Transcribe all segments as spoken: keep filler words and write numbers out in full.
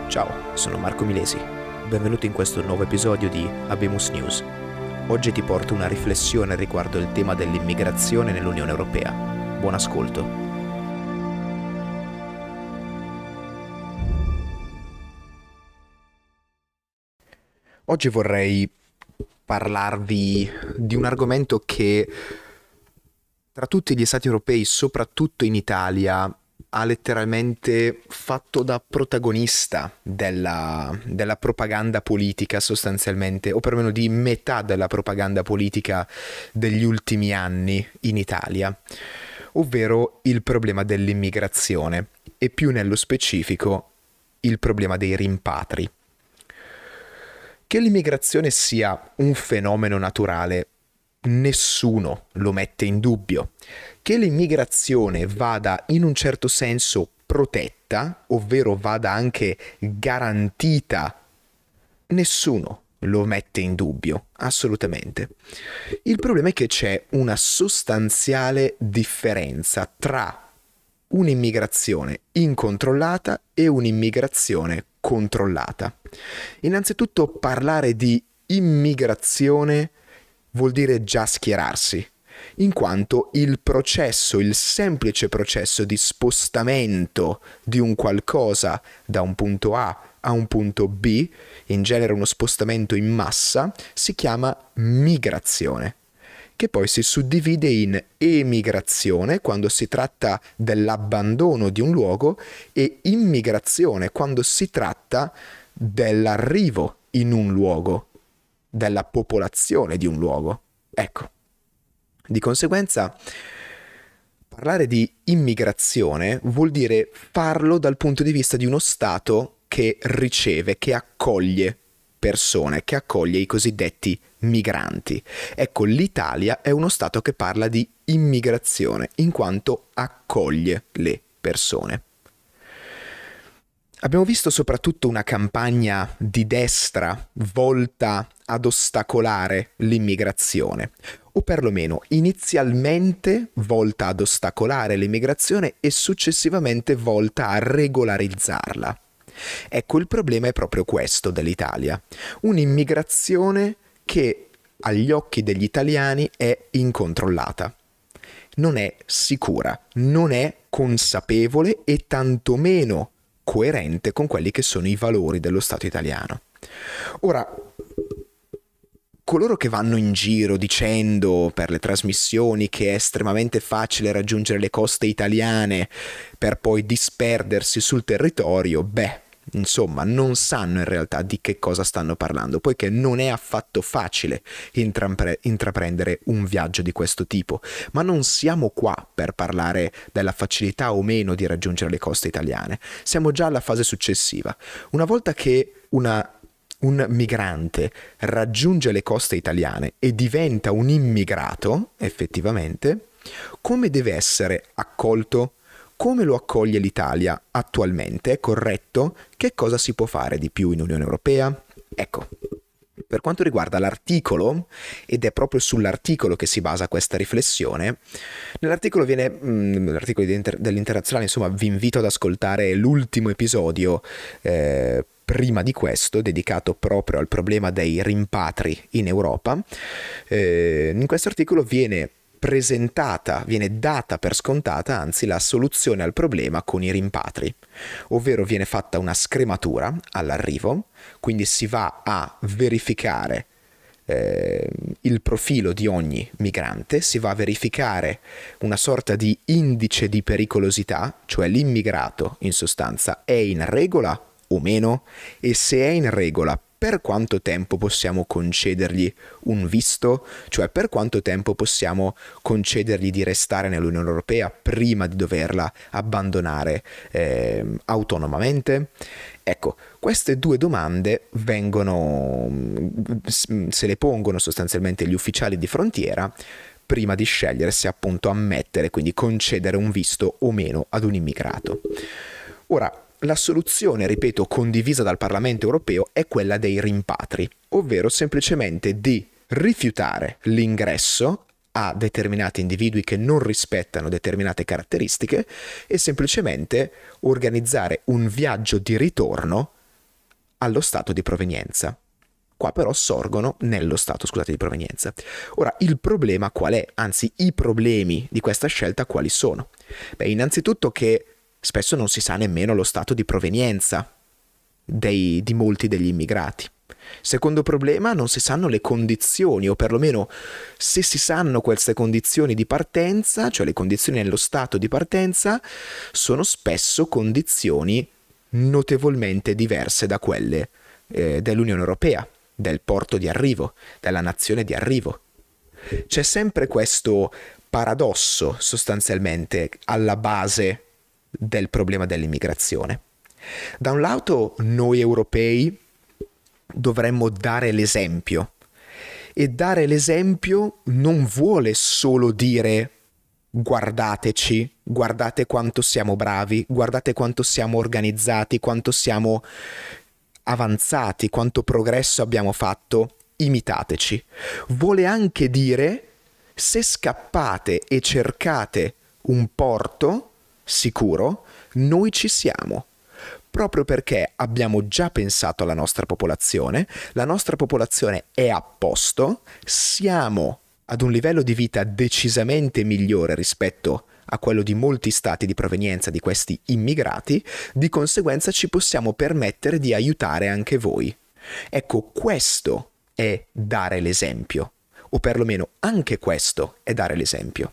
Ciao, sono Marco Milesi. Benvenuto in questo nuovo episodio di Habemus News. Oggi ti porto una riflessione riguardo il tema dell'immigrazione nell'Unione Europea. Buon ascolto. Oggi vorrei parlarvi di un argomento che tra tutti gli stati europei, soprattutto in Italia, ha letteralmente fatto da protagonista della, della propaganda politica sostanzialmente, o perlomeno di metà della propaganda politica degli ultimi anni in Italia, ovvero il problema dell'immigrazione e più nello specifico il problema dei rimpatri. Che l'immigrazione sia un fenomeno naturale, nessuno lo mette in dubbio. Che l'immigrazione vada in un certo senso protetta, ovvero vada anche garantita, nessuno lo mette in dubbio, assolutamente. Il problema è che c'è una sostanziale differenza tra un'immigrazione incontrollata e un'immigrazione controllata. Innanzitutto, parlare di immigrazione vuol dire già schierarsi, in quanto il processo, il semplice processo di spostamento di un qualcosa da un punto A a un punto B, in genere uno spostamento in massa, si chiama migrazione, che poi si suddivide in emigrazione quando si tratta dell'abbandono di un luogo e immigrazione quando si tratta dell'arrivo in un luogo, della popolazione di un luogo. Ecco, di conseguenza parlare di immigrazione vuol dire farlo dal punto di vista di uno Stato che riceve, che accoglie persone, che accoglie i cosiddetti migranti. Ecco, l'Italia è uno Stato che parla di immigrazione in quanto accoglie le persone. Abbiamo visto soprattutto una campagna di destra volta ad ostacolare l'immigrazione, o perlomeno inizialmente volta ad ostacolare l'immigrazione e successivamente volta a regolarizzarla. Ecco, il problema è proprio questo dell'Italia, un'immigrazione che agli occhi degli italiani è incontrollata, non è sicura, non è consapevole e tantomeno coerente con quelli che sono i valori dello Stato italiano. Ora, coloro che vanno in giro dicendo per le trasmissioni che è estremamente facile raggiungere le coste italiane per poi disperdersi sul territorio, beh, insomma, non sanno in realtà di che cosa stanno parlando, poiché non è affatto facile intrapre- intraprendere un viaggio di questo tipo, ma non siamo qua per parlare della facilità o meno di raggiungere le coste italiane, siamo già alla fase successiva. Una volta che una un migrante raggiunge le coste italiane e diventa un immigrato, effettivamente, come deve essere accolto? Come lo accoglie l'Italia attualmente? È corretto? Che cosa si può fare di più in Unione Europea? Ecco, per quanto riguarda l'articolo, ed è proprio sull'articolo che si basa questa riflessione, nell'articolo viene, mh, l'articolo dell'Internazionale, insomma, vi invito ad ascoltare l'ultimo episodio eh, prima di questo, dedicato proprio al problema dei rimpatri in Europa. Eh, in questo articolo viene presentata, viene data per scontata, anzi, la soluzione al problema con i rimpatri, ovvero viene fatta una scrematura all'arrivo, quindi si va a verificare eh, il profilo di ogni migrante, si va a verificare una sorta di indice di pericolosità, cioè l'immigrato in sostanza è in regola o meno, e se è in regola, per quanto tempo possiamo concedergli un visto? Cioè, per quanto tempo possiamo concedergli di restare nell'Unione Europea prima di doverla abbandonare eh, autonomamente? Ecco, queste due domande vengono, se le pongono sostanzialmente gli ufficiali di frontiera prima di scegliere se appunto ammettere, quindi concedere un visto o meno ad un immigrato. Ora, la soluzione, ripeto, condivisa dal Parlamento europeo è quella dei rimpatri, ovvero semplicemente di rifiutare l'ingresso a determinati individui che non rispettano determinate caratteristiche e semplicemente organizzare un viaggio di ritorno allo stato di provenienza. Qua però sorgono nello stato, scusate, di provenienza. Ora, il problema qual è? Anzi, i problemi di questa scelta quali sono? Beh, innanzitutto che spesso non si sa nemmeno lo stato di provenienza dei, di molti degli immigrati. Secondo problema, non si sanno le condizioni, o perlomeno se si sanno queste condizioni di partenza, cioè le condizioni nello stato di partenza, sono spesso condizioni notevolmente diverse da quelle eh, dell'Unione Europea, del porto di arrivo, della nazione di arrivo. C'è sempre questo paradosso sostanzialmente alla base del problema dell'immigrazione. Da un lato noi europei dovremmo dare l'esempio, e dare l'esempio non vuole solo dire guardateci, guardate quanto siamo bravi, guardate quanto siamo organizzati, quanto siamo avanzati, quanto progresso abbiamo fatto, imitateci. Vuole anche dire se scappate e cercate un porto sicuro, noi ci siamo. Proprio perché abbiamo già pensato alla nostra popolazione, la nostra popolazione è a posto, siamo ad un livello di vita decisamente migliore rispetto a quello di molti stati di provenienza di questi immigrati, di conseguenza ci possiamo permettere di aiutare anche voi. Ecco, questo è dare l'esempio, o perlomeno anche questo è dare l'esempio.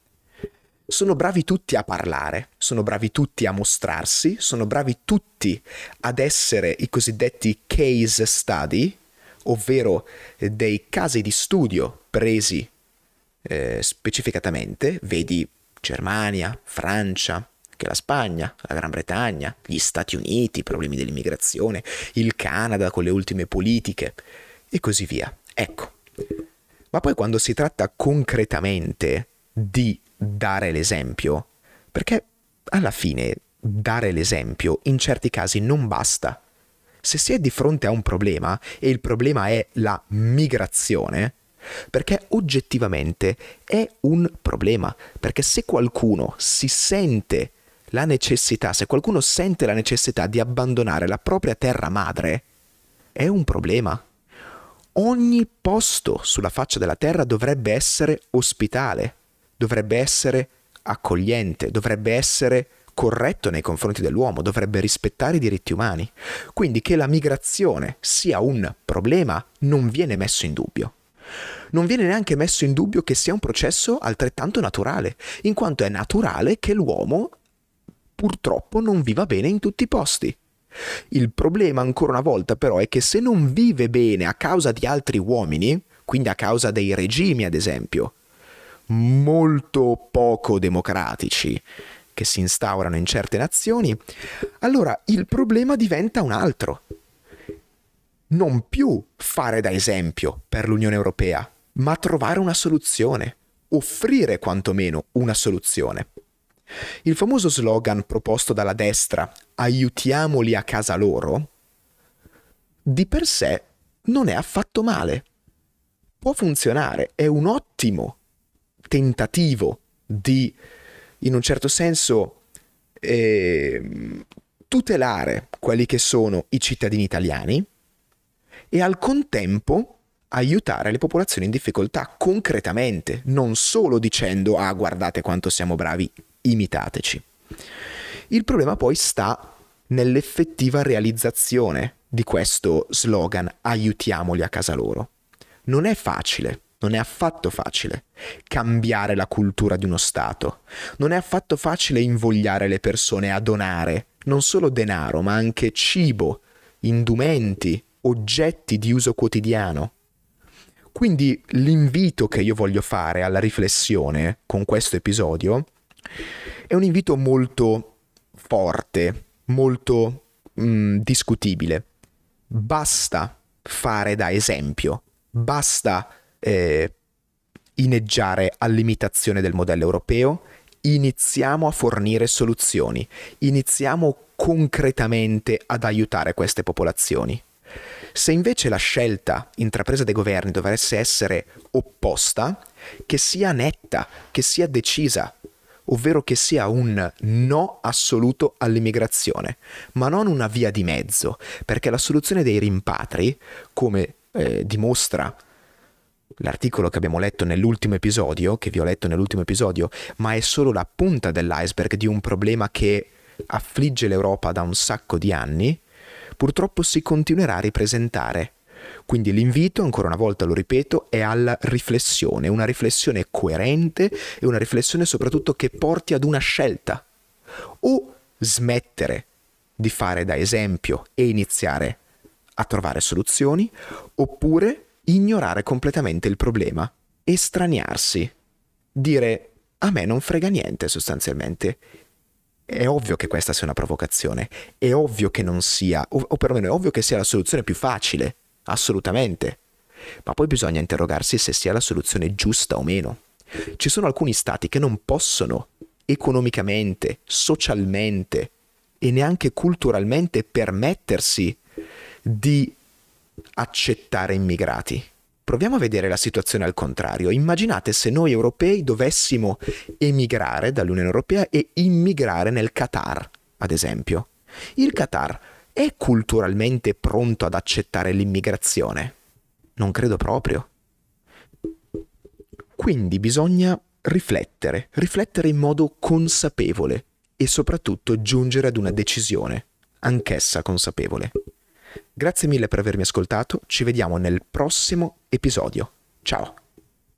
Sono bravi tutti a parlare, sono bravi tutti a mostrarsi, sono bravi tutti ad essere i cosiddetti case study, ovvero dei casi di studio presi eh, specificatamente, vedi Germania, Francia, anche la Spagna, la Gran Bretagna, gli Stati Uniti, i problemi dell'immigrazione, il Canada con le ultime politiche e così via. Ecco, ma poi quando si tratta concretamente di dare l'esempio, perché alla fine dare l'esempio in certi casi non basta. Se si è di fronte a un problema e il problema è la migrazione, perché oggettivamente è un problema, perché se qualcuno si sente la necessità, se qualcuno sente la necessità di abbandonare la propria terra madre, è un problema. Ogni posto sulla faccia della terra dovrebbe essere ospitale, dovrebbe essere accogliente, dovrebbe essere corretto nei confronti dell'uomo, dovrebbe rispettare i diritti umani. Quindi che la migrazione sia un problema non viene messo in dubbio. Non viene neanche messo in dubbio che sia un processo altrettanto naturale, in quanto è naturale che l'uomo purtroppo non viva bene in tutti i posti. Il problema ancora una volta però è che se non vive bene a causa di altri uomini, quindi a causa dei regimi ad esempio, molto poco democratici che si instaurano in certe nazioni, allora il problema diventa un altro. Non più fare da esempio per l'Unione Europea, ma trovare una soluzione, offrire quantomeno una soluzione. Il famoso slogan proposto dalla destra, aiutiamoli a casa loro, di per sé non è affatto male. Può funzionare, è un ottimo tentativo di, in un certo senso, eh, tutelare quelli che sono i cittadini italiani e al contempo aiutare le popolazioni in difficoltà concretamente, non solo dicendo ah guardate quanto siamo bravi, imitateci. Il problema poi sta nell'effettiva realizzazione di questo slogan aiutiamoli a casa loro. Non è facile. Non è affatto facile cambiare la cultura di uno Stato. Non è affatto facile invogliare le persone a donare non solo denaro, ma anche cibo, indumenti, oggetti di uso quotidiano. Quindi l'invito che io voglio fare alla riflessione con questo episodio è un invito molto forte, molto mh, discutibile. Basta fare da esempio, basta Eh, inneggiare all'imitazione del modello europeo, iniziamo a fornire soluzioni, iniziamo concretamente ad aiutare queste popolazioni. Se invece la scelta intrapresa dai governi dovesse essere opposta, che sia netta, che sia decisa, ovvero che sia un no assoluto all'immigrazione, ma non una via di mezzo, perché la soluzione dei rimpatri, come eh, dimostra l'articolo che abbiamo letto nell'ultimo episodio, che vi ho letto nell'ultimo episodio, ma è solo la punta dell'iceberg di un problema che affligge l'Europa da un sacco di anni, purtroppo si continuerà a ripresentare. Quindi l'invito, ancora una volta lo ripeto, è alla riflessione, una riflessione coerente e una riflessione soprattutto che porti ad una scelta. O smettere di fare da esempio e iniziare a trovare soluzioni, oppure ignorare completamente il problema, estraniarsi, dire a me non frega niente sostanzialmente. È ovvio che questa sia una provocazione, è ovvio che non sia, o, o perlomeno è ovvio che sia la soluzione più facile, assolutamente, ma poi bisogna interrogarsi se sia la soluzione giusta o meno. Ci sono alcuni stati che non possono economicamente, socialmente e neanche culturalmente permettersi di accettare immigrati. Proviamo a vedere la situazione al contrario. Immaginate se noi europei dovessimo emigrare dall'Unione Europea e immigrare nel Qatar, ad esempio. Il Qatar è culturalmente pronto ad accettare l'immigrazione? Non credo proprio. Quindi bisogna riflettere, riflettere in modo consapevole e soprattutto giungere ad una decisione, anch'essa consapevole. Grazie mille per avermi ascoltato, ci vediamo nel prossimo episodio. Ciao!